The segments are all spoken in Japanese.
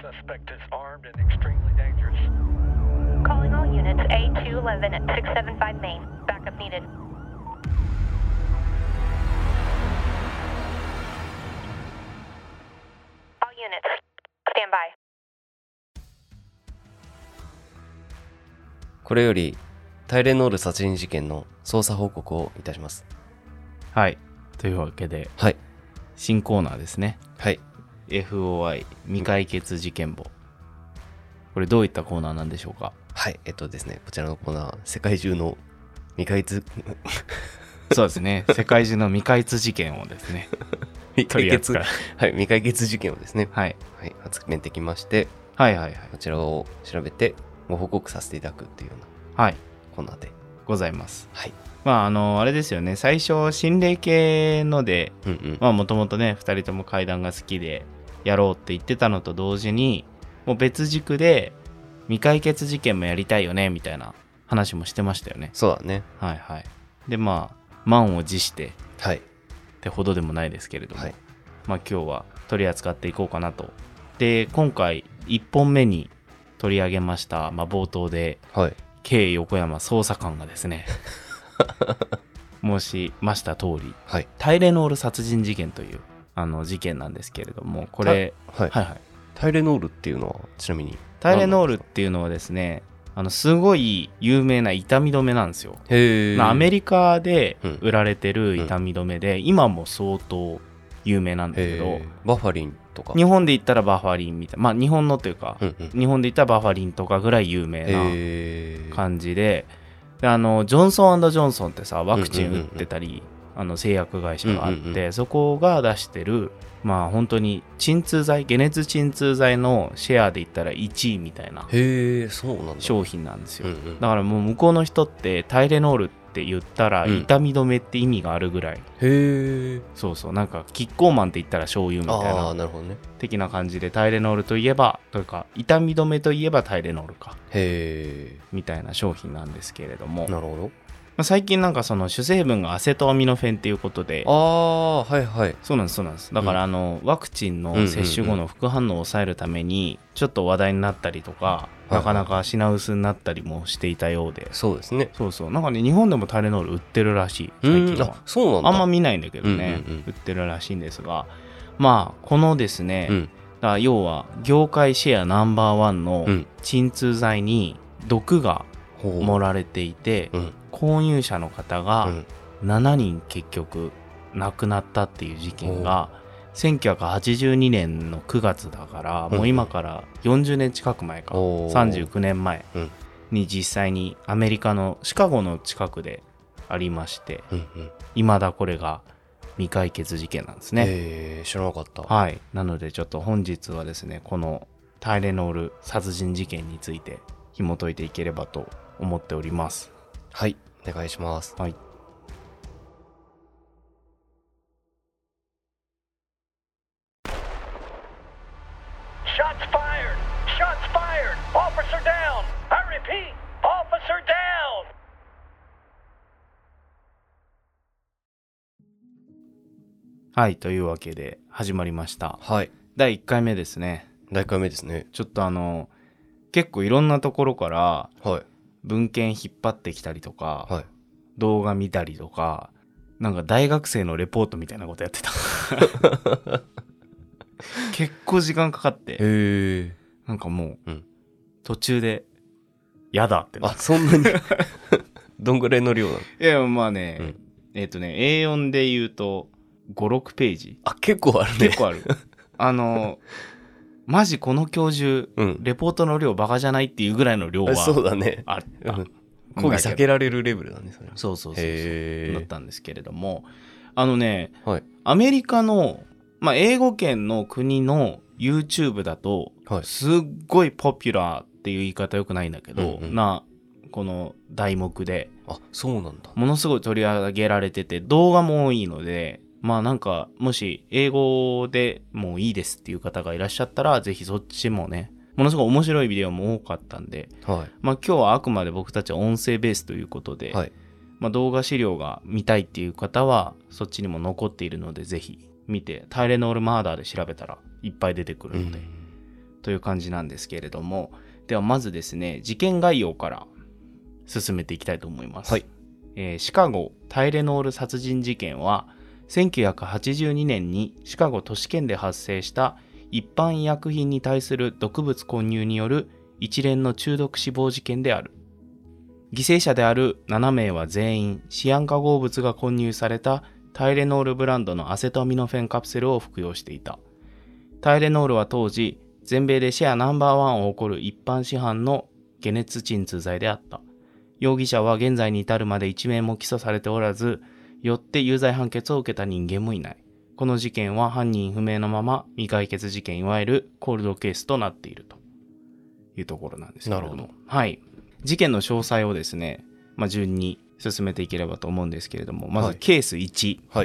Suspect is armed and extremely dangerous. Calling all units A211 at 675 Main. Backup needed. All units, stand by. これよりタイレノール殺人事件の捜査報告をいたします。 はい。というわけで、 はい。 新コーナーですね。 はい。 FOI 未解決事件簿。これどういったコーナーなんでしょうか？ はい。ですね、こちらのコーナー、世界中の未解決そうですね。世界中の未解決事件をですね。 未解決、 はい、 未解決事件をですね。 はい。 はい。集めてきまして、 はいはいはい。 こちらを調べてご報告させていただくっていうような、 はい。 コーナーでございます。 はい。 まああれですよね。最初心霊系ので、まあもともとね2人とも怪談が好きでやろうって言ってたのと同時に、もう別軸で未解決事件もやりたいよねみたいな話もしてましたよね。 そうだね。 はいはい。でまあ満を持してはい。 ってほどでもないですけれども、 はい、 まあ今日は取り扱っていこうかなと。で今回1本目に取り上げました、まあ、冒頭で、 はい、 K 横山捜査官がですね申しました通り、 はい、 タイレノール殺人事件という事件なんですけれども、これ、 はいはい、タイレノールっていうのはちなみにタイレノールっていうのはですね、すごい有名な痛み止めなんですよ。 へー。 アメリカで売られてる痛み止めで、今も相当有名なんだけど、 バファリンとか日本で言ったらバファリンみたいな、まあ日本のというか、日本で言ったらバファリンとかぐらい有名な感じで、ジョンソン&ジョンソンってさ、ワクチン打ってたり、製薬会社があって、そこが出してる、まあ本当に鎮痛剤、解熱鎮痛剤のシェアで言ったら1位みたいな商品なんですよ。だからもう向こうの人ってタイレノールって言ったら痛み止めって意味があるぐらい、そうそう、なんかキッコーマンって言ったら醤油みたいな、 なるほどね、 的な感じで、タイレノールといえばというか痛み止めといえばタイレノールかみたいな商品なんですけれども、 なるほど。 最近なんかその主成分がアセトアミノフェンっていうことで、 はいはい、 そうなんですそうなんです。だからワクチンの接種後の副反応を抑えるためにちょっと話題になったりとか、なかなか品薄になったりもしていたようで、 そうですね。 そうそう、なんかね日本でもタイレノール売ってるらしい、最近は。 そうなんだ。 あんま見ないんだけどね、売ってるらしいんですが、まあこのですね、だから要は業界シェアナンバーワンの鎮痛剤に毒が盛られていて、購入者の方が7人結局亡くなったっていう事件が1982年の9月だから、もう今から40年近く前か、39年前に実際にアメリカのシカゴの近くでありまして、未だこれが未解決事件なんですね。 知らなかった。 はい。なのでちょっと本日はですね、このタイレノール殺人事件について紐解いていければと思っております。 はい、お願いします。 はい。 Shots fired! Shots fired! Officer down! I repeat, officer down! はい、というわけで始まりました。 はい。 第1回目ですね。 第1回目ですね。 ちょっと結構いろんなところからはい。 文献引っ張ってきたりとか、 はい、 動画見たりとか、なんか大学生のレポートみたいなことやってた結構時間かかって、なんかもう、途中でやだってな。 そんなにどんぐらいの量なの？ いやまあね、A4 で言うと5、6ページ。 結構あるね。 結構ある。マジこの教授、レポートの量バカじゃないっていうぐらいの量はそうだね。 あった。 講義避けられるレベルだね、それ。 そうだったんですけれども、 はい、 アメリカの、まあ、英語圏の国の YouTube だと、すっごいポピュラーっていう言い方よくないんだけど、この題目で、 そうなんだ。 ものすごい取り上げられてて、動画も多いので、まあなんかもし英語でもういいですっていう方がいらっしゃったら、ぜひそっちもね、ものすごい面白いビデオも多かったんで、まあ今日はあくまで僕たちは音声ベースということで、まあ動画資料が見たいっていう方はそっちにも残っているので、ぜひ見て、タイレノールマーダーで調べたらいっぱい出てくるので、 という感じなんですけれども、ではまずですね、事件概要から進めていきたいと思います。 はい。 シカゴタイレノール殺人事件は1982年にシカゴ都市圏で発生した一般医薬品に対する毒物混入による一連の中毒死亡事件である。犠牲者である7名は全員シアン化合物が混入されたタイレノールブランドのアセトアミノフェンカプセルを服用していた。タイレノールは当時全米でシェアナンバーワンを誇る一般市販の解熱鎮痛剤であった。容疑者は現在に至るまで1名も起訴されておらず、よって有罪判決を受けた人間もいない。この事件は犯人不明のまま未解決事件、いわゆるコールドケースとなっているというところなんですけれども。 なるほど。 はい。事件の詳細をですね、順に進めていければと思うんですけれども、まずケース1。 はい。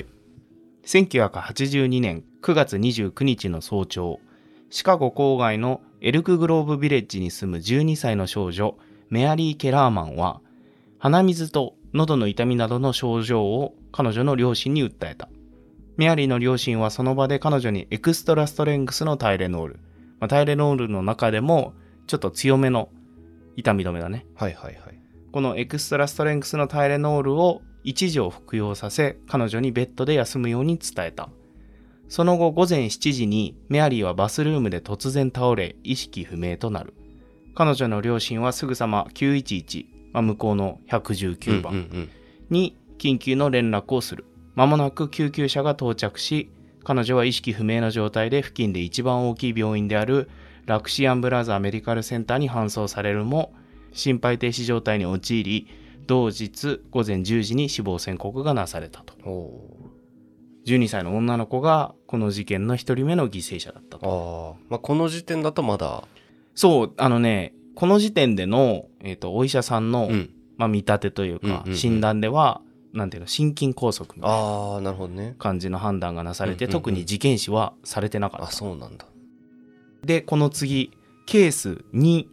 1982年9月29日の早朝、シカゴ郊外のエルクグローブビレッジに住む12歳の少女、メアリー・ケラーマンは、鼻水と喉の痛みなどの症状を彼女の両親に訴えた。メアリーの両親はその場で彼女にエクストラストレングスのタイレノール、タイレノールの中でもちょっと強めの痛み止めだね。 はいはいはい。 このエクストラストレングスのタイレノールを1錠服用させ、彼女にベッドで休むように伝えた。その後午前7時にメアリーはバスルームで突然倒れ、意識不明となる。彼女の両親はすぐさま911、向こうの119番に緊急の連絡をする。間もなく救急車が到着し、彼女は意識不明の状態で付近で一番大きい病院であるラクシアンブラザーメディカルセンターに搬送されるも、心肺停止状態に陥り、同日午前10時に死亡宣告がなされたと。12歳の女の子がこの事件の一人目の犠牲者だったと。 この時点だとまだ。 そう、この時点での、お医者さんの、見立てというか、診断では、なんていうの、心筋梗塞みたいな、 なるほどね、 感じの判断がなされて、特に事件死はされてなかった。 そうなんだ。 で、この次、ケース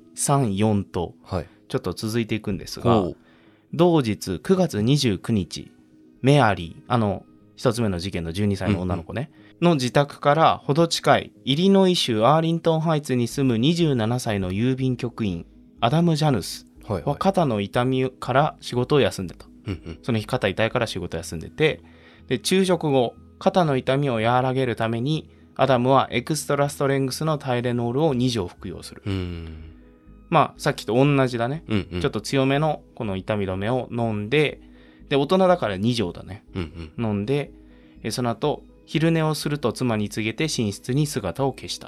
2、3、4と、ちょっと続いていくんですが、同日9月29日、メアリー、一つ目の事件の12歳の女の子ね、の自宅からほど近いイリノイ州アーリントンハイツに住む27歳の郵便局員アダム・ジャヌスは肩の痛みから仕事を休んでた。その日肩痛いから仕事休んでて、で昼食後肩の痛みを和らげるためにアダムはエクストラストレングスのタイレノールを2錠服用する。さっきと同じだね、ちょっと強めのこの痛み止めを飲んで、で大人だから2錠だね、飲んで、その後昼寝をすると妻に告げて寝室に姿を消した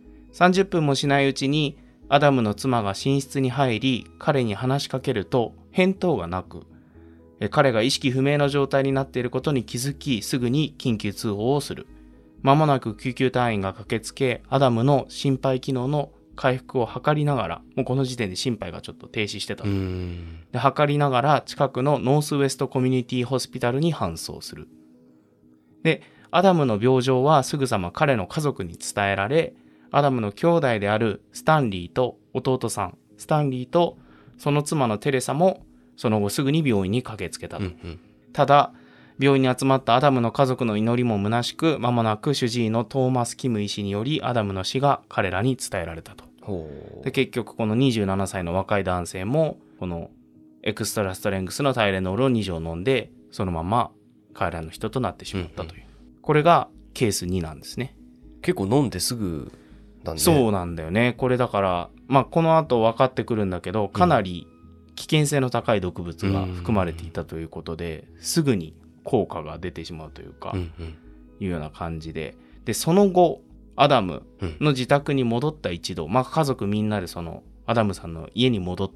。30分もしないうちにアダムの妻が寝室に入り、彼に話しかけると返答がなく、彼が意識不明の状態になっていることに気づき、すぐに緊急通報をする。間もなく救急隊員が駆けつけ、アダムの心肺機能の回復を図りながら、もうこの時点で心肺がちょっと停止してた。で、測りながら近くのノースウェストコミュニティホスピタルに搬送する。で、アダムの病状はすぐさま彼の家族に伝えられ、アダムの兄弟であるスタンリーと弟さん、スタンリーとその妻のテレサもその後すぐに病院に駆けつけたと。ただ、病院に集まったアダムの家族の祈りも虚しく、間もなく主治医のトーマス・キム医師によりアダムの死が彼らに伝えられたと。で、結局この27歳の若い男性もこのエクストラストレングスのタイレノールを2錠飲んで、そのまま彼らの人となってしまったという、これがケース2なんですね。 結構飲んですぐだね。 そうなんだよね。これだからこの後分かってくるんだけど、かなり危険性の高い毒物が含まれていたということで、すぐに効果が出てしまうというか、いうような感じで、でその後アダムの自宅に戻った一度、家族みんなでそのアダムさんの家に戻って、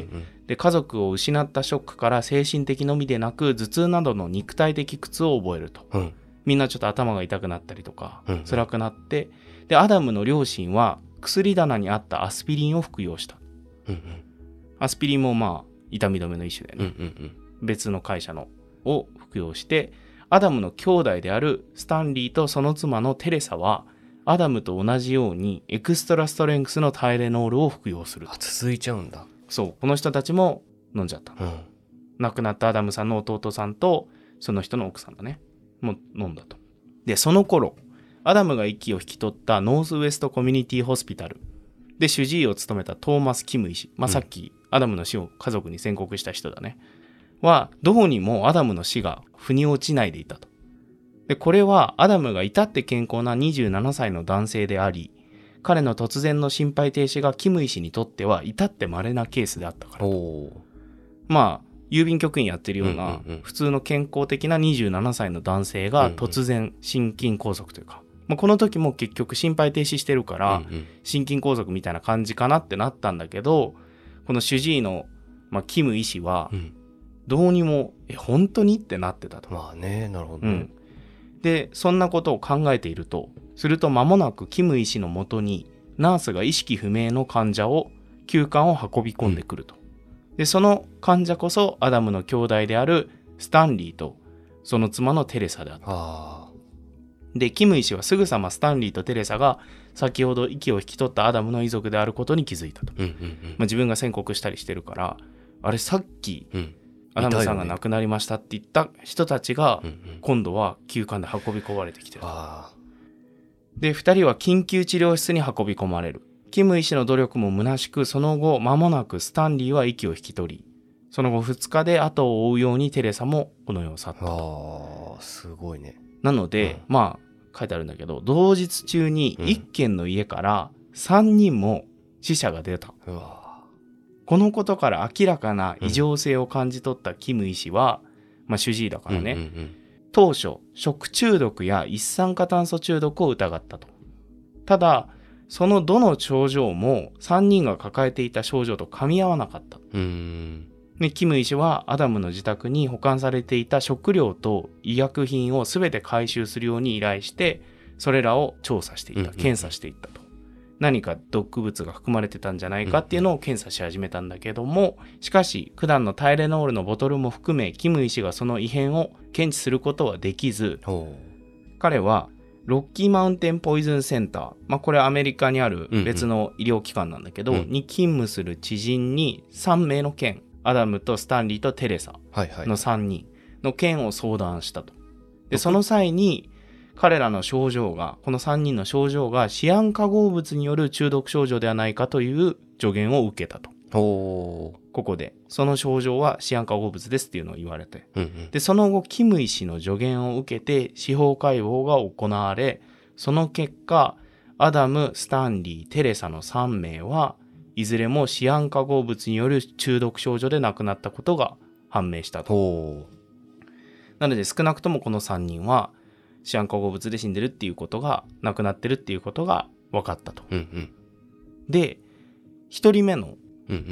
で家族を失ったショックから精神的のみでなく頭痛などの肉体的苦痛を覚えると、みんなちょっと頭が痛くなったりとか、辛くなって、でアダムの両親は薬棚にあったアスピリンを服用した。アスピリンも痛み止めの一種だよね、別の会社のを服用して、アダムの兄弟であるスタンリーとその妻のテレサはアダムと同じようにエクストラストレングスのタイレノールを服用する。 続いちゃうんだ。 そう、この人たちも飲んじゃった、亡くなったアダムさんの弟さんとその人の奥さんだねもう飲んだと。でその頃アダムが息を引き取ったノースウェストコミュニティホスピタルで主治医を務めたトーマス・キム医師、さっきアダムの死を家族に宣告した人だね、はどうにもアダムの死が腑に落ちないでいたと。でこれはアダムが至って健康な27歳の男性であり、彼の突然の心肺停止がキム医師にとっては至って稀なケースであったからと。郵便局員やってるような普通の健康的な27歳の男性が突然心筋梗塞というか、この時も結局心肺停止してるから心筋梗塞みたいな感じかなってなったんだけど、この主治医の、キム医師はどうにも本当にってなってたと。 なるほどね。 でそんなことを考えていると、すると間もなくキム医師のもとにナースが意識不明の患者を急患を運び込んでくると。でその患者こそアダムの兄弟であるスタンリーとその妻のテレサであった。でキム医師はすぐさまスタンリーとテレサが先ほど息を引き取ったアダムの遺族であることに気づいたと。自分が宣告したりしてるから、あれさっき、アダムさんが亡くなりましたって言った人たちが今度は急患で運び込まれてきてる。で2人は緊急治療室に運び込まれる。キム医師の努力も虚しく、その後間もなくスタンリーは息を引き取り、その後2日で後を追うようにテレサもこの世を去ったと。 すごいね。 なので、書いてあるんだけど、同日中に1軒の家から3人も死者が出た。このことから明らかな異常性を感じ取ったキム医師は、主治医だからね、当初食中毒や一酸化炭素中毒を疑ったと。ただそのどの症状も3人が抱えていた症状と噛み合わなかった。でキム医師はアダムの自宅に保管されていた食料と医薬品を全て回収するように依頼して、それらを調査していった、検査していったと。何か毒物が含まれてたんじゃないかっていうのを検査し始めたんだけども、しかし九段のタイレノールのボトルも含めキム医師がその異変を検知することはできず、彼はロッキーマウンテンポイズンセンター、これはアメリカにある別の医療機関なんだけど、に勤務する知人に3名の件、アダムとスタンリーとテレサの3人の件を相談したと。でその際に彼らの症状が、この3人の症状がシアン化合物による中毒症状ではないかという助言を受けたと。ここでその症状はシアン化合物ですっていうのを言われて、でその後キム医師の助言を受けて司法解剖が行われ、その結果アダム、スタンリー、テレサの3名はいずれもシアン化合物による中毒症状で亡くなったことが判明したと。なので少なくともこの3人はシアン化合物で死んでるっていうことが、亡くなってるっていうことが分かったと。で1人目の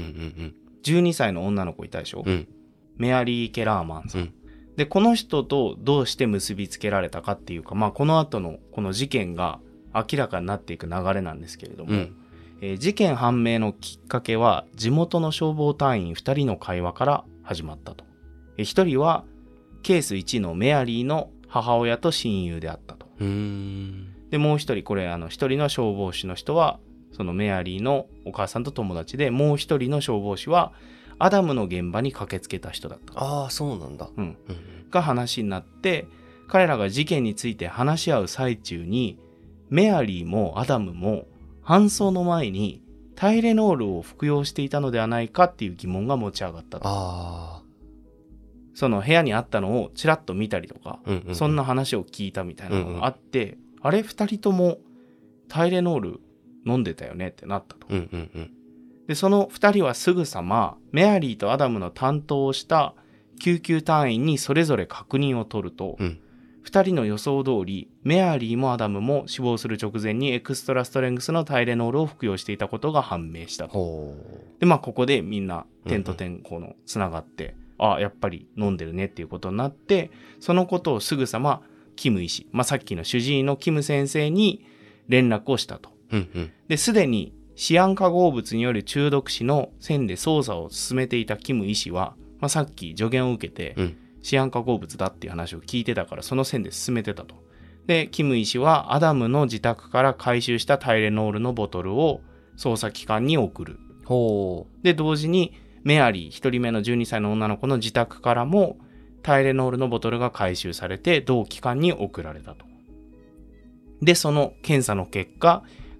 12歳の女の子いたでしょ、メアリー・ケラーマンさん、でこの人とどうして結びつけられたかっていうか、この後のこの事件が明らかになっていく流れなんですけれども、事件判明のきっかけは地元の消防隊員2人の会話から始まったと。1人はケース1のメアリーの母親と親友であったと。でもう1人、これ1人の消防士の人はそのメアリーのお母さんと友達で、もう一人の消防士はアダムの現場に駆けつけた人だった。 そうなんだ。 が話になって、彼らが事件について話し合う最中にメアリーもアダムも搬送の前にタイレノールを服用していたのではないかっていう疑問が持ち上がったと。その部屋にあったのをちらっと見たりとか、そんな話を聞いたみたいなのがあって、あれ2人ともタイレノール飲んでたよねってなったと。でその2人はすぐさまメアリーとアダムの担当をした救急隊員にそれぞれ確認を取ると、2人の予想通りメアリーもアダムも死亡する直前にエクストラストレングスのタイレノールを服用していたことが判明したと。でここでみんな点と点このつながって、やっぱり飲んでるねっていうことになって、そのことをすぐさまキム医師、さっきの主治医のキム先生に連絡をしたと。ですでにシアン化合物による中毒死の線で捜査を進めていたキム医師は、さっき助言を受けて、シアン化合物だっていう話を聞いてたから、その線で進めてたと。でキム医師はアダムの自宅から回収したタイレノールのボトルを捜査機関に送る。で同時にメアリー1人目の12歳の女の子の自宅からもタイレノールのボトルが回収されて同機関に送られたと。でその検査の結果、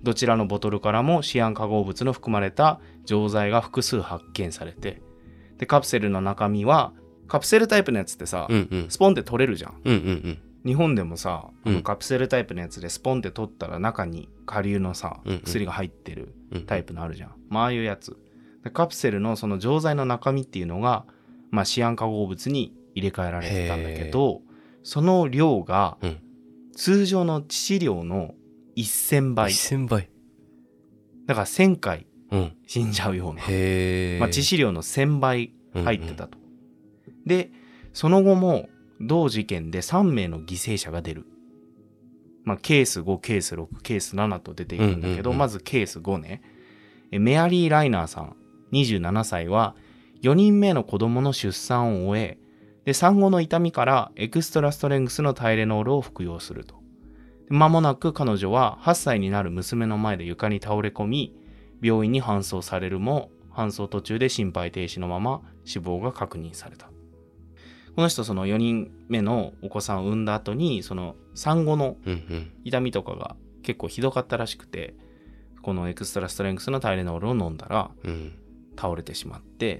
どちらのボトルからもシアン化合物の含まれた錠剤が複数発見されて、でカプセルの中身はカプセルタイプのやつってさ、スポンって取れるじゃん。日本でもさ、カプセルタイプのやつでスポンって取ったら中に顆粒のさ、薬が入ってるタイプのあるじゃん。ああいうやつでカプセルのその錠剤の中身っていうのが、シアン化合物に入れ替えられてたんだけど、その量が通常の致死量の1000倍。 1000倍。 だから1000回死んじゃうような、致死量の1000倍入ってたと。で、その後も同事件で3名の犠牲者が出る。ケース5、ケース6、ケース7と出ていくんだけど、まずケース5ね。メアリー・ライナーさん、27歳は4人目の子供の出産を終え、で産後の痛みからエクストラストレングスのタイレノールを服用すると。間もなく彼女は8歳になる娘の前で床に倒れ込み、病院に搬送されるも、搬送途中で心肺停止のまま死亡が確認された。この人その4人目のお子さんを産んだ後に、その産後の痛みとかが結構ひどかったらしくて、このエクストラストレングスのタイレノールを飲んだら倒れてしまって、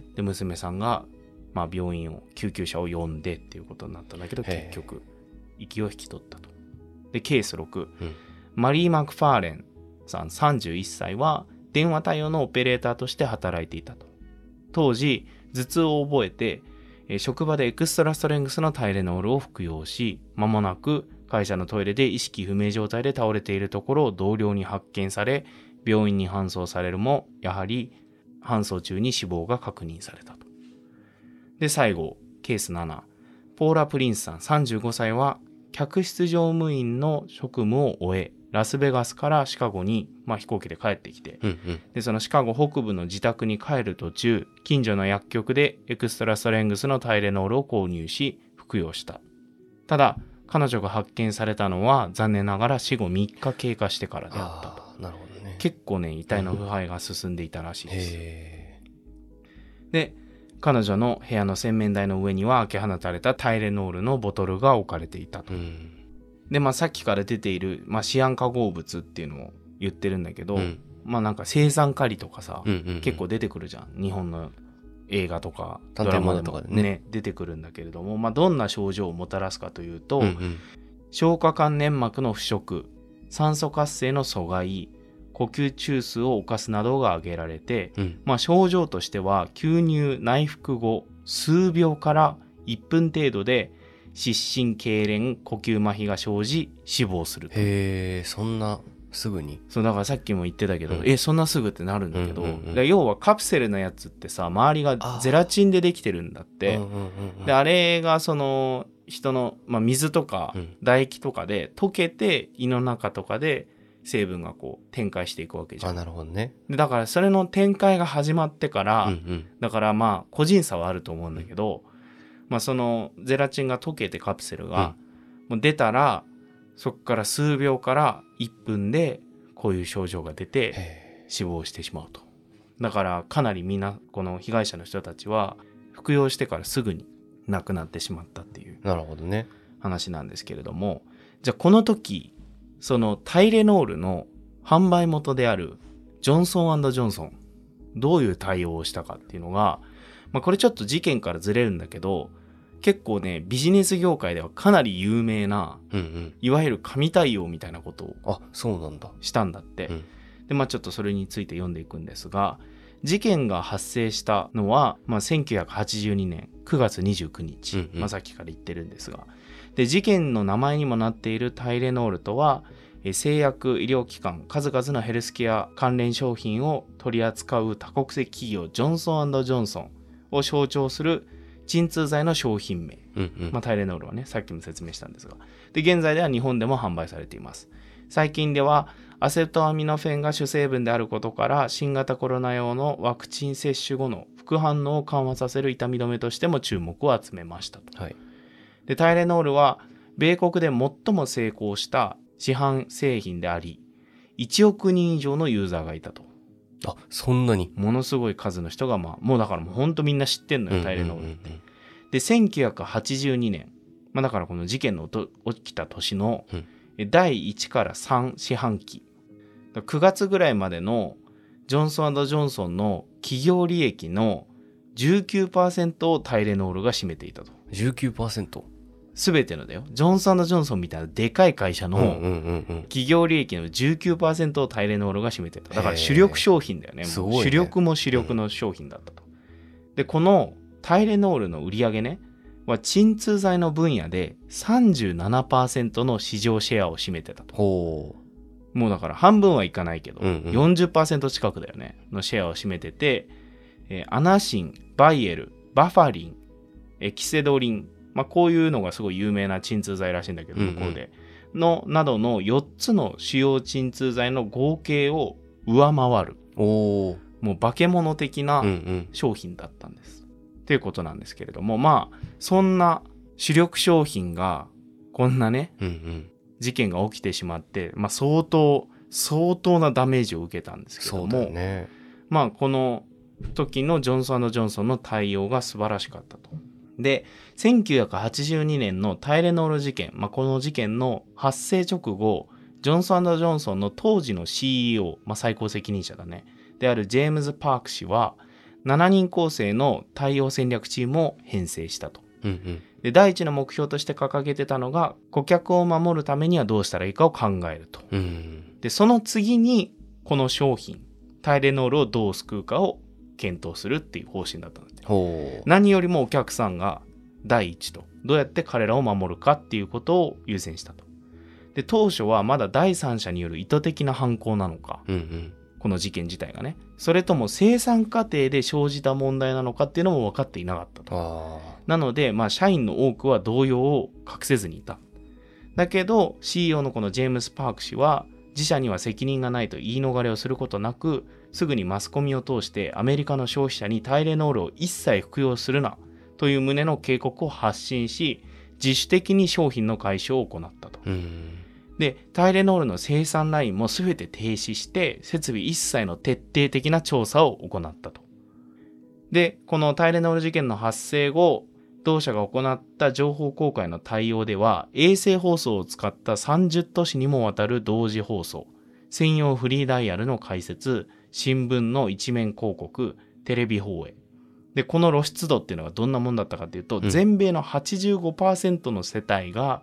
で娘さんが病院を救急車を呼んでっていうことになったんだけど、結局息を引き取ったと。でケース6、マリー・マクファーレンさん31歳は電話対応のオペレーターとして働いていたと。当時頭痛を覚えて職場でエクストラストレングスのタイレノールを服用し、間もなく会社のトイレで意識不明状態で倒れているところを同僚に発見され、病院に搬送されるも、やはり搬送中に死亡が確認されたと。で最後ケース7、ポーラ・プリンスさん35歳は客室乗務員の職務を終え、ラスベガスからシカゴに、飛行機で帰ってきて、でそのシカゴ北部の自宅に帰る途中、近所の薬局でエクストラストレングスのタイレノールを購入し服用した。ただ彼女が発見されたのは残念ながら死後3日経過してからであったと。 なるほどね。 結構ね、遺体の腐敗が進んでいたらしいです。で彼女の部屋の洗面台の上には開け放たれたタイレノールのボトルが置かれていたと。でさっきから出ている、シアン化合物っていうのを言ってるんだけど、なんか青酸カリとかさ、結構出てくるじゃん。日本の映画とかドラマでもね出てくるんだけれども、どんな症状をもたらすかというと、消化管粘膜の腐食、酸素活性の阻害、呼吸中枢を侵すなどが挙げられて、症状としては吸入内服後数秒から1分程度で失神、痙攣、呼吸麻痺が生じ死亡すると。 そんなすぐに。 そうだからさっきも言ってたけど、そんなすぐってなるんだけど、要はカプセルのやつってさ、周りがゼラチンでできてるんだって。であれがその人の、水とか唾液とかで溶けて胃の中とかで成分がこう展開していくわけじゃん。 なるほどね。 でだからそれの展開が始まってから、だから個人差はあると思うんだけど、そのゼラチンが溶けてカプセルが、もう出たらそこから数秒から1分でこういう症状が出て死亡してしまうと。だからかなりみんなこの被害者の人たちは服用してからすぐに亡くなってしまったっていう話なんですけれども、じゃあこの時そのタイレノールの販売元であるジョンソン&ジョンソンどういう対応をしたかっていうのが、これちょっと事件からずれるんだけど、結構ねビジネス業界ではかなり有名な、いわゆる神対応みたいなことをしたんだって。でちょっとそれについて読んでいくんですが、事件が発生したのは、1982年9月29日、さっきから言ってるんですが、で事件の名前にもなっているタイレノールとは、製薬医療機関数々のヘルスケア関連商品を取り扱う多国籍企業ジョンソン&ジョンソンを象徴する鎮痛剤の商品名、タイレノールはねさっきも説明したんですが、で現在では日本でも販売されています。最近ではアセトアミノフェンが主成分であることから新型コロナ用のワクチン接種後の副反応を緩和させる痛み止めとしても注目を集めましたと。でタイレノールは米国で最も成功した市販製品であり、1億人以上のユーザーがいたと。 そんなにものすごい数の人がもうだからもうほんとみんな知ってんのよ、タイレノールって。で1982年、だからこの事件の起きた年の、第1から3四半期 9月ぐらいまでのジョンソン&ジョンソンの企業利益の 19% をタイレノールが占めていたと。 19%？ 全てのだよ。ジョンソン&ジョンソンみたいなでかい会社の企業利益の 19% をタイレノールが占めていた。だから主力商品だよね。もう主力も主力の商品だったと。でこのタイレノールの売り上げねは鎮痛剤の分野で 37% の市場シェアを占めてたと。もうだから半分はいかないけど、40% 近くだよねのシェアを占めてて、アナシン、バイエル、バファリン、エキセドリン、こういうのがすごい有名な鎮痛剤らしいんだけど、向こうでのなどの4つの主要鎮痛剤の合計を上回る、もう化け物的な商品だったんです、っていうことなんですけれども、そんな主力商品がこんなね、事件が起きてしまって、相当なダメージを受けたんですけども、そうだよね。この時のジョンソン&ジョンソンの対応が素晴らしかったと。で1982年のタイレノール事件、この事件の発生直後、ジョンソン&ジョンソンの当時の CEO、最高責任者だねであるジェームズ・パーク氏は7人構成の対応戦略チームを編成したと。で第一の目標として掲げてたのが顧客を守るためにはどうしたらいいかを考えると。でその次にこの商品タイレノールをどう救うかを検討するっていう方針だったんです。何よりもお客さんが第一と、どうやって彼らを守るかっていうことを優先したと。で当初はまだ第三者による意図的な犯行なのか、この事件自体がね、それとも生産過程で生じた問題なのかっていうのも分かっていなかったと。なので社員の多くは動揺を隠せずにいた。だけど CEO のこのジェームス・パーク氏は自社には責任がないと言い逃れをすることなく、すぐにマスコミを通してアメリカの消費者にタイレノールを一切服用するなという旨の警告を発信し、自主的に商品の回収を行ったと。でタイレノールの生産ラインも全て停止して設備一切の徹底的な調査を行ったと。でこのタイレノール事件の発生後、同社が行った情報公開の対応では、衛星放送を使った30都市にもわたる同時放送、専用フリーダイヤルの開設、新聞の一面広告、テレビ放映で、この露出度っていうのがどんなもんだったかっていうと、全米の 85% の世帯が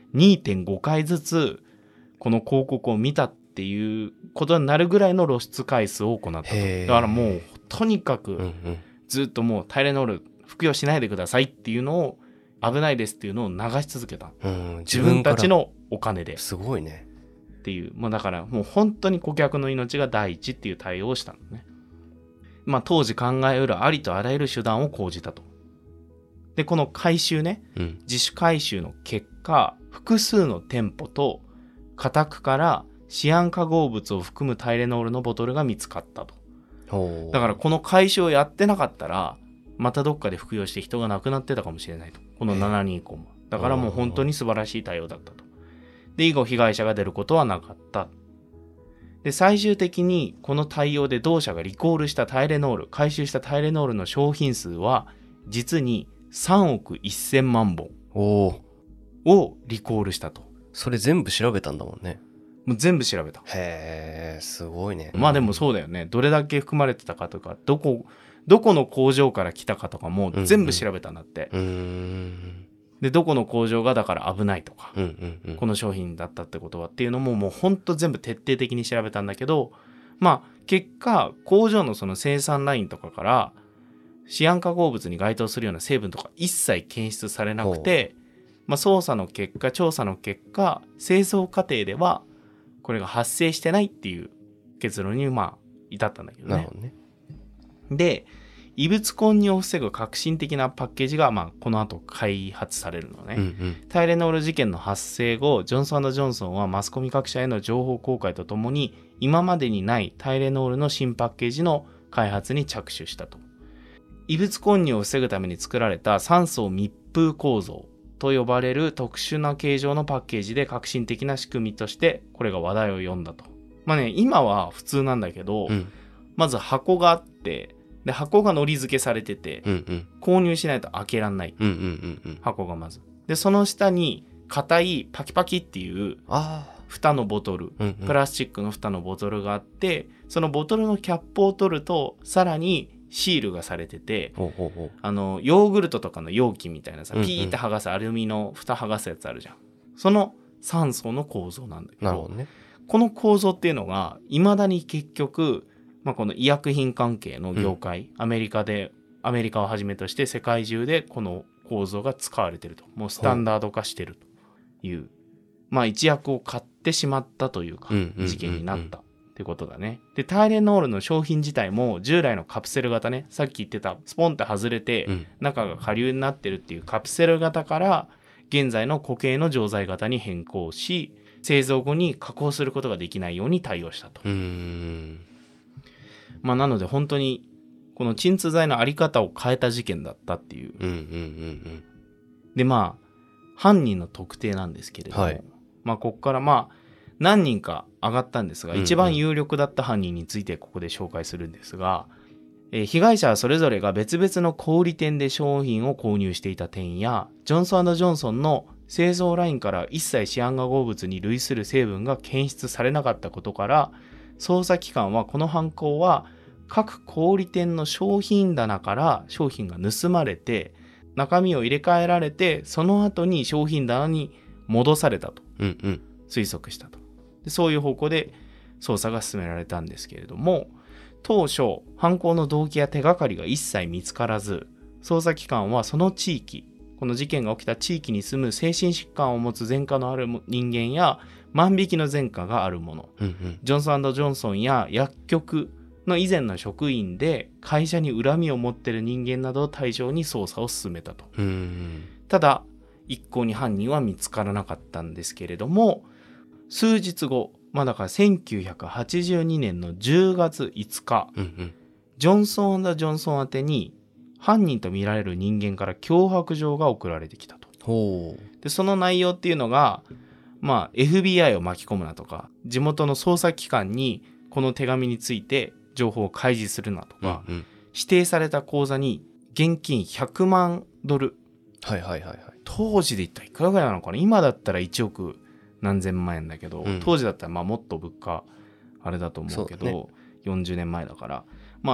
2.5 回ずつこの広告を見たっていうことになるぐらいの露出回数を行ったと。だからもうとにかくずっともうタイレノール服用しないでくださいっていうのを、危ないですっていうのを流し続けた。自分たちのお金で。 すごいね。 っていう、だからもう本当に顧客の命が第一っていう対応をしたのね。当時考えうるありとあらゆる手段を講じたと。でこの回収ね、自主回収の結果、複数の店舗と家宅からシアン化合物を含むタイレノールのボトルが見つかったと。だからこの回収をやってなかったら、またどっかで服用して人が亡くなってたかもしれないと。この7人以降も。だからもう本当に素晴らしい対応だったと。で以後被害者が出ることはなかった。で最終的にこの対応で同社がリコールしたタイレノール、回収したタイレノールの商品数は実に3億1000万本をリコールしたと。 それ全部調べたんだもんね。 もう全部調べた。 へー、すごいね。 でもそうだよね。どれだけ含まれてたかとか、どこの工場から来たかとかも全部調べたんだって。でどこの工場がだから危ないとか、この商品だったってことはっていうのももうほんと全部徹底的に調べたんだけど、結果工場のその生産ラインとかからシアン化合物に該当するような成分とか一切検出されなくて、捜査の結果、調査の結果、製造過程ではこれが発生してないっていう結論に至ったんだけどね。 なるほどね。 で異物混入を防ぐ革新的なパッケージがこの後開発されるのね。タイレノール事件の発生後、ジョンソン&ジョンソンはマスコミ各社への情報公開とともに今までにないタイレノールの新パッケージの開発に着手したと。異物混入を防ぐために作られた3層密封構造と呼ばれる特殊な形状のパッケージで革新的な仕組みとしてこれが話題を呼んだと。今は普通なんだけど、まず箱があって、で箱がのり付けされてて、購入しないと開けらんない、箱がまず。でその下に硬いパキパキっていう蓋のボトル、プラスチックの蓋のボトルがあって、そのボトルのキャップを取るとさらにシールがされてて、ヨーグルトとかの容器みたいなさ、ピーって剥がすアルミの蓋剥がすやつあるじゃん。その3層の構造なんだけど、この構造っていうのがいまだに結局、この医薬品関係の業界、アメリカをはじめとして世界中でこの構造が使われてると、もうスタンダード化してるという、一役を買ってしまったというか、事件になったってことだね。で、タイレノールの商品自体も従来のカプセル型ね、さっき言ってたスポンって外れて、中が顆粒になってるっていうカプセル型から現在の固形の錠剤型に変更し、製造後に加工することができないように対応したと。なので本当にこの鎮痛剤のあり方を変えた事件だったっていう。で犯人の特定なんですけれども、ここから何人か上がったんですが、一番有力だった犯人についてここで紹介するんですが、被害者はそれぞれが別々の小売店で商品を購入していた点や、ジョンソン&ジョンソンの製造ラインから一切シアン化合物に類する成分が検出されなかったことから、捜査機関はこの犯行は各小売店の商品棚から商品が盗まれて、中身を入れ替えられて、その後に商品棚に戻されたと推測したと。で、そういう方向で捜査が進められたんですけれども、当初犯行の動機や手がかりが一切見つからず、捜査機関はその地域、この事件が起きた地域に住む精神疾患を持つ前科のある人間や万引きの前科がある者、ジョンソン&ジョンソンや薬局の以前の職員で会社に恨みを持っている人間などを対象に捜査を進めたと。ただ一向に犯人は見つからなかったんですけれども、数日後、だから1982年の10月5日、ジョンソン&ジョンソン宛てに犯人と見られる人間から脅迫状が送られてきたと。で、その内容っていうのが、FBI を巻き込むなとか、地元の捜査機関にこの手紙について情報を開示するなとか、指定された口座に現金$100万、当時で言ったらいくらぐらいなのかな、今だったら1億何千万円だけど、当時だったらもっと物価あれだと思うけど、40年前だから、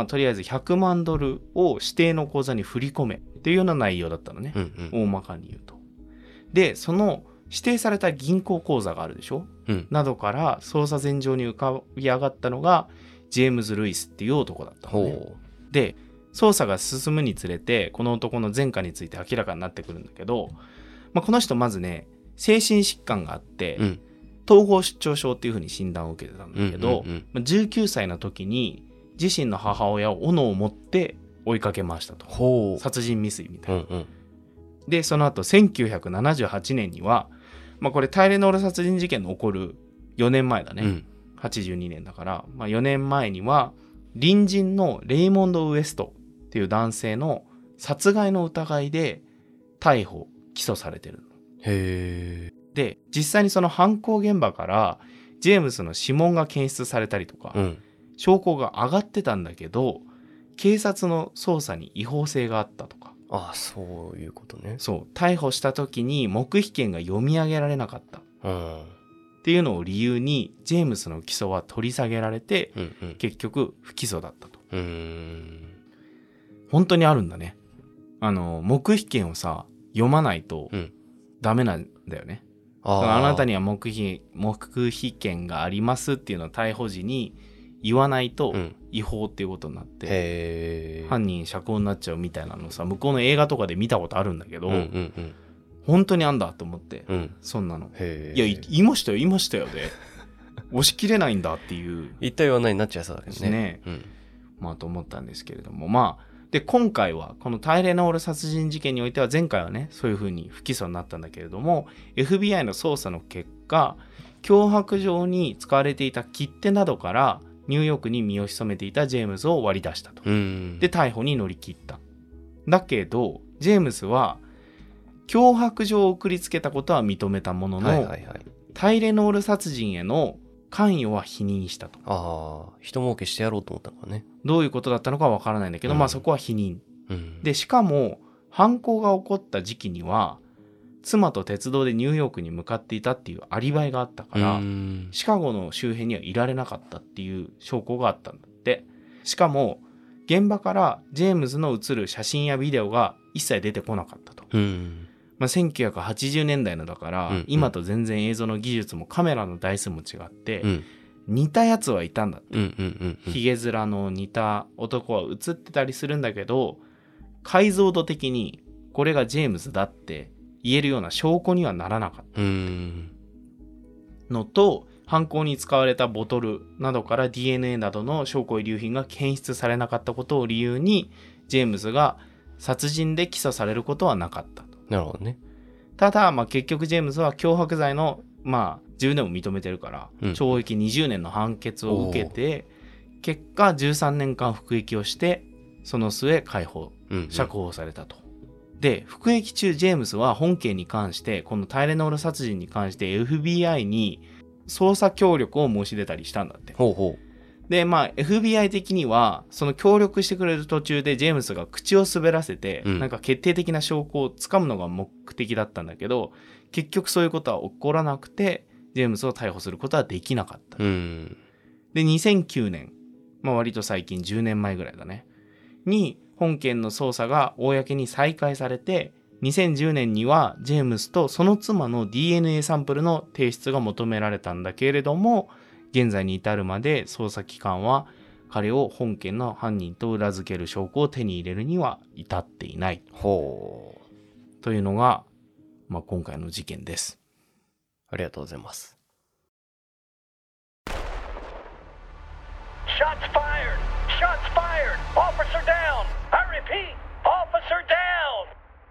とりあえず$100万を指定の口座に振り込めっていうような内容だったのね、大まかに言うと。で、その指定された銀行口座があるでしょ、などから捜査線上に浮かび上がったのがジェームズ・ルイスっていう男だったのね。で、捜査が進むにつれてこの男の前科について明らかになってくるんだけど、この人まずね、精神疾患があって、統合失調症っていう風に診断を受けてたんだけど、19歳の時に自身の母親を斧を持って追いかけましたと。殺人未遂みたいな。で、その後1978年には、これタイレノール殺人事件の起こる4年前だね。82年だから、4年前には隣人のレイモンド・ウエストっていう男性の殺害の疑いで逮捕・起訴されてるの。で、実際にその犯行現場からジェームスの指紋が検出されたりとか、証拠が上がってたんだけど、警察の捜査に違法性があったとか。 そういうことね。 そう、逮捕した時に黙秘権が読み上げられなかった、っていうのを理由にジェームスの起訴は取り下げられて、結局不起訴だったと。本当にあるんだね。黙秘権をさ、読まないとダメなんだよね。あなたには黙秘権がありますっていうのを逮捕時に言わないと違法っていうことになって、犯人釈放になっちゃうみたいなのさ、向こうの映画とかで見たことあるんだけど、本当にあんだと思って、そんなの。いや、言いましたよで押し切れないんだっていう。 言ったようなになっちゃいそうだけどね。 と思ったんですけれども、で、今回はこのタイレノール殺人事件においては、前回はね、そういう風に不起訴になったんだけれども、 FBI の捜査の結果、脅迫状に使われていた切手などからニューヨークに身を潜めていたジェームズを割り出したと。で、逮捕に乗り切った。だけどジェームズは脅迫状を送りつけたことは認めたものの、タイレノール殺人への関与は否認したと。 人儲けしてやろうと思ったのかね。 どういうことだったのかわからないんだけど、そこは否認。で、しかも犯行が起こった時期には妻と鉄道でニューヨークに向かっていたっていうアリバイがあったからシカゴの周辺にはいられなかったっていう証拠があったんだって。しかも現場からジェームズの写る写真やビデオが一切出てこなかったと。1980年代のだから、今と全然映像の技術もカメラの台数も違って、似たやつはいたんだって。ヒゲ面の似た男は写ってたりするんだけど、解像度的にこれがジェームズだって言えるような証拠にはならなかったのと、犯行に使われたボトルなどから DNA などの証拠遺留品が検出されなかったことを理由にジェームズが殺人で起訴されることはなかったと。 なるほどね。 ただ、結局ジェームズは脅迫罪の自分でも認めてるから、懲役20年の判決を受けて、結果13年間服役をしてその末解放、釈放されたと。で、服役中ジェームズは本件に関してこのタイレノール殺人に関して FBI に捜査協力を申し出たりしたんだって。で、FBI 的にはその協力してくれる途中でジェームズが口を滑らせて、なんか決定的な証拠をつかむのが目的だったんだけど、結局そういうことは起こらなくてジェームズを逮捕することはできなかった。で、2009年、割と最近10年前ぐらいだねに本件の捜査が公に再開されて、2010年にはジェームズとその妻の DNA サンプルの提出が求められたんだけれども、現在に至るまで捜査機関は彼を本件の犯人と裏付ける証拠を手に入れるには至っていないというのが、今回の事件です。 ありがとうございます。 Shots fired! Shots fired! Officer down! I repeat, officer down!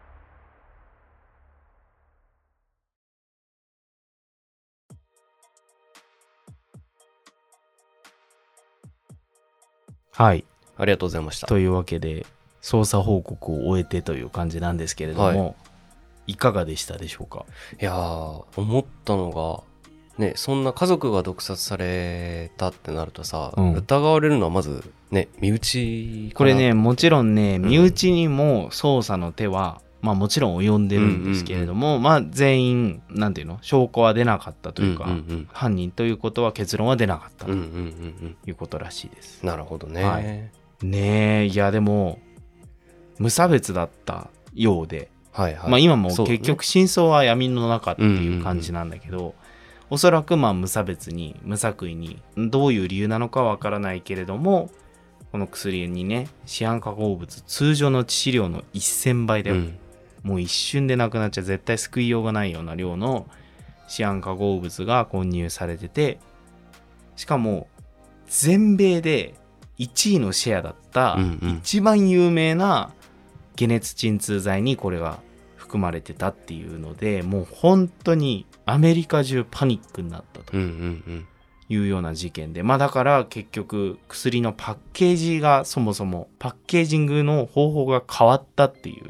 はい。 ありがとうございました。 というわけで、捜査報告を終えてという感じなんですけれども、いかがでしたでしょうか？ いやー、思ったのが、ね、そんな家族が毒殺されたってなるとさ、疑われるのはまず、ね、身内かな。 これね、もちろんね、身内にも捜査の手は、もちろん及んでるんですけれども、全員、なんていうの、証拠は出なかったというか、犯人ということは結論は出なかったということらしいです。 なるほどね。 ねえ、いやでも、無差別だったようで、今も結局真相は闇の中っていう感じなんだけど、おそらく無差別に無作為にどういう理由なのかわからないけれども、この薬にね、シアン化合物通常の致死量の1000倍で、もう一瞬でなくなっちゃ絶対救いようがないような量のシアン化合物が混入されてて、しかも全米で1位のシェアだった一番有名な解熱鎮痛剤にこれが含まれてたっていうので、もう本当にアメリカ中パニックになったというような事件で、だから結局薬のパッケージがそもそもパッケージングの方法が変わったっていう、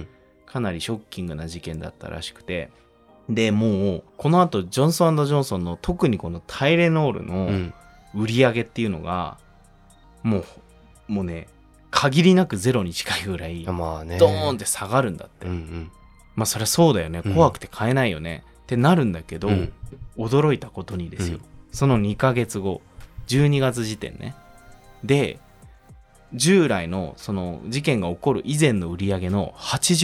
かなりショッキングな事件だったらしくて、でもうこの後ジョンソン&ジョンソンの特にこのタイレノールの売り上げっていうのがもうね、限りなくゼロに近いぐらいドーンって下がるんだって。そりゃそうだよね、怖くて買えないよねってなるんだけど、驚いたことにですよ、その2ヶ月後12月時点ねで、従来のその事件が起こる以前の売り上げの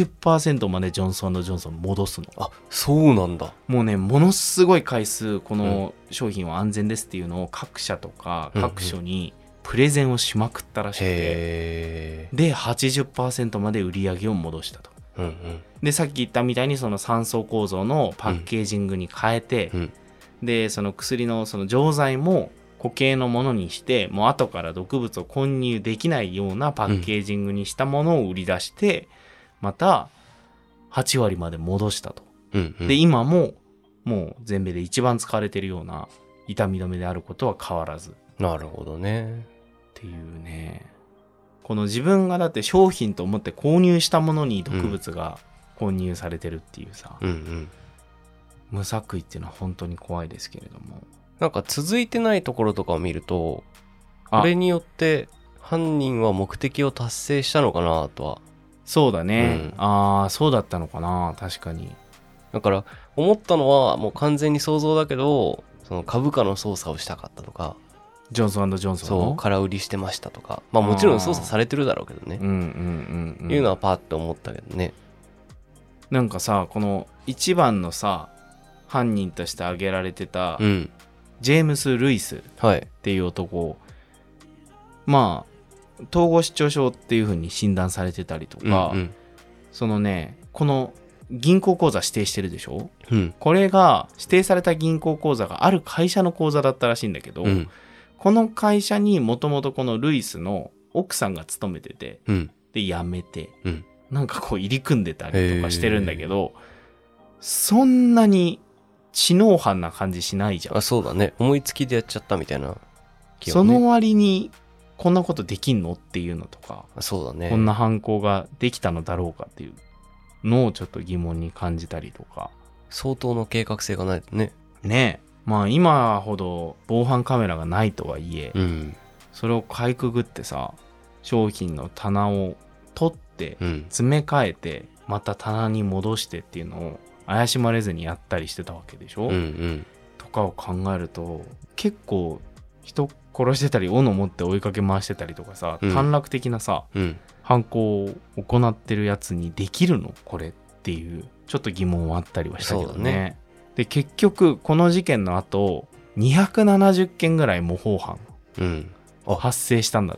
80% までジョンソン&ジョンソン戻すの。 あ、そうなんだ。 もうね、ものすごい回数この商品は安全ですっていうのを各社とか各所にプレゼンをしまくったらしくて、で 80% まで売り上げを戻したと。でさっき言ったみたいにその3層構造のパッケージングに変えて、でその薬のその錠剤も固形のものにして、もう後から毒物を混入できないようなパッケージングにしたものを売り出して、また8割まで戻したと。で今ももう全米で一番使われているような痛み止めであることは変わらず。 なるほどね。 っていうね、この自分がだって商品と思って購入したものに毒物が混入されてるっていうさ、無作為っていうのは本当に怖いですけれども、 なんか続いてないところとかを見ると、これによって犯人は目的を達成したのかなとは。 そうだね、そうだったのかな。確かにだから思ったのはもう完全に想像だけど、その株価の操作をしたかったとか、 ジョンソン&ジョンソンのそう空売りしてましたとか、まあもちろん操作されてるだろうけどね、いうのはパーッと思ったけどね。 なんかさ、この一番のさ犯人として挙げられてた、ジェームス・ルイスっていう男、まあ統合失調症っていう風に診断されてたりとか、そのね、この銀行口座指定してるでしょ、これが指定された銀行口座がある会社の口座だったらしいんだけど、この会社にもともとこのルイスの奥さんが勤めてて、で辞めて、なんかこう入り組んでたりとかしてるんだけど、そんなに知能犯な感じしないじゃん。 あ、そうだね。思いつきでやっちゃったみたいな、ね、 その割にこんなことできんのっていうのとか、 そうだね。 こんな犯行ができたのだろうかっていうのをちょっと疑問に感じたりとか。 相当の計画性がないとね。 ねえ。まあ今ほど防犯カメラがないとはいえ、それをかいくぐってさ、商品の棚を取って詰め替えてまた棚に戻してっていうのを怪しまれずにやったりしてたわけでしょ、とかを考えると、結構人殺してたり斧持って追いかけ回してたりとかさ、短絡的なさ、犯行を行ってるやつにできるのこれっていうちょっと疑問はあったりはしたけど ね。で結局この事件の後270件ぐらい模倣犯、発生したんだって。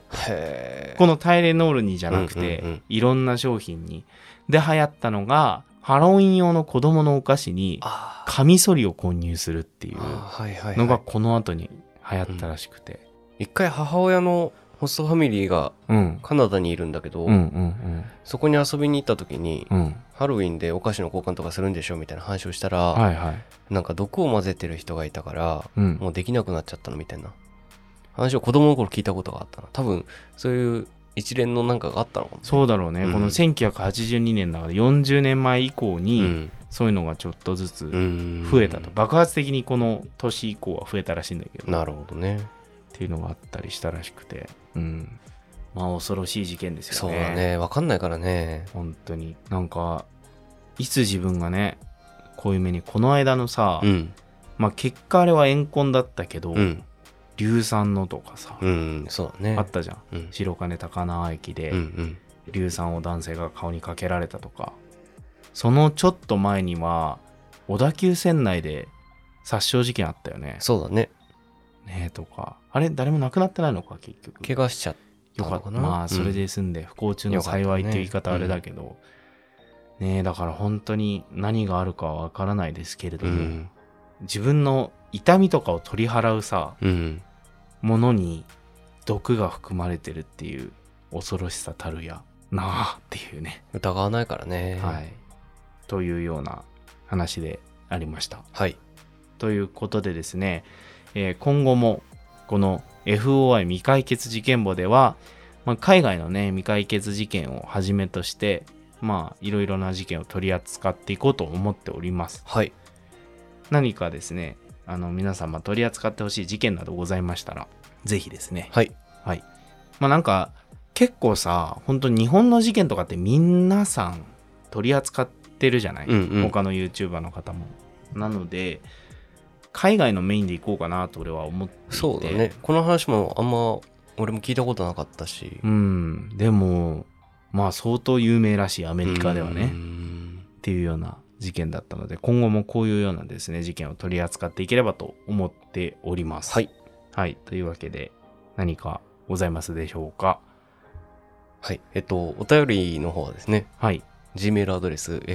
このタイレノールにじゃなくて、いろんな商品に。で流行ったのがハロウィン用の子供のお菓子にカミソリを混入するっていうのがこの後に流行ったらしくて、 一回母親のホストファミリーがカナダにいるんだけど、そこに遊びに行った時に、ハロウィンでお菓子の交換とかするんでしょみたいな話をしたら、なんか毒を混ぜてる人がいたから、もうできなくなっちゃったのみたいな話を子供の頃聞いたことがあったな。多分そういう一連のなんかがあったのかも。 そうだろうね、この1982年だから40年前以降に、そういうのがちょっとずつ増えたと、爆発的にこの年以降は増えたらしいんだけど。 なるほどね。 っていうのがあったりしたらしくて、まあ恐ろしい事件ですよね。 そうだね、分かんないからね。 本当になんかいつ自分がねこういう目に、この間のさ、まあ結果あれは怨恨だったけど、硫酸のとかさ、 そうだね、 あったじゃん、白金高輪駅で、硫酸を男性が顔にかけられたとか、そのちょっと前には小田急線内で殺傷事件あったよね。 そうだね。 ねえとか、あれ誰も亡くなってないのか結局。 怪我しちゃったのかな。 まあそれで済んで不幸中の幸いっていう言い方あれだけど、ねえ、だから本当に何があるかはわからないですけれども、自分の痛みとかを取り払うさ、ものに毒が含まれてるっていう恐ろしさたるやなあっていうね。 疑わないからね。 というような話でありました。ということでですね、今後もこの FOI 未解決事件簿では、海外のね未解決事件をはじめとしていろいろな事件を取り扱っていこうと思っております。何かですね、皆様取り扱ってほしい事件などございましたらぜひですね。なんか結構さ、本当に日本の事件とかって皆さん取り扱ってるじゃない、他の YouTuber の方も。なので海外のメインでいこうかなと俺は思っていて。 そうだね、この話もあんま俺も聞いたことなかったし、 でも相当有名らしい、アメリカではねっていうような事件だったので、今後もこういうようなですね事件を取り扱っていければと思っております。というわけで何かございますでしょうか。 お便りの方はですね、Gmail アドレス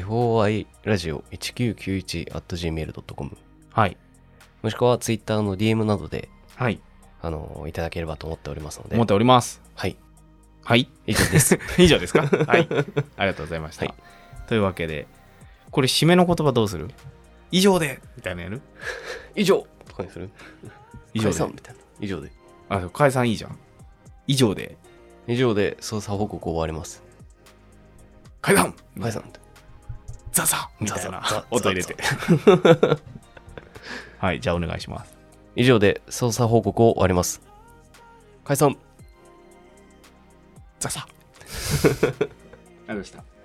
foiradio1991@gmail.com、もしくは Twitter の DM などで、いただければと思っておりますので。 思っております。 以上です。 以上ですか。ありがとうございました。というわけで、これ締めの言葉どうする？以上でみたいなやる？ 以上とかにする？ 以上で解散みたいな。以上で。 解散いいじゃん。以上で捜査報告終わります。 解散ザザみたいな音入れて。じゃあお願いします。 以上で捜査報告を終わります。解散ザザありがとうございました。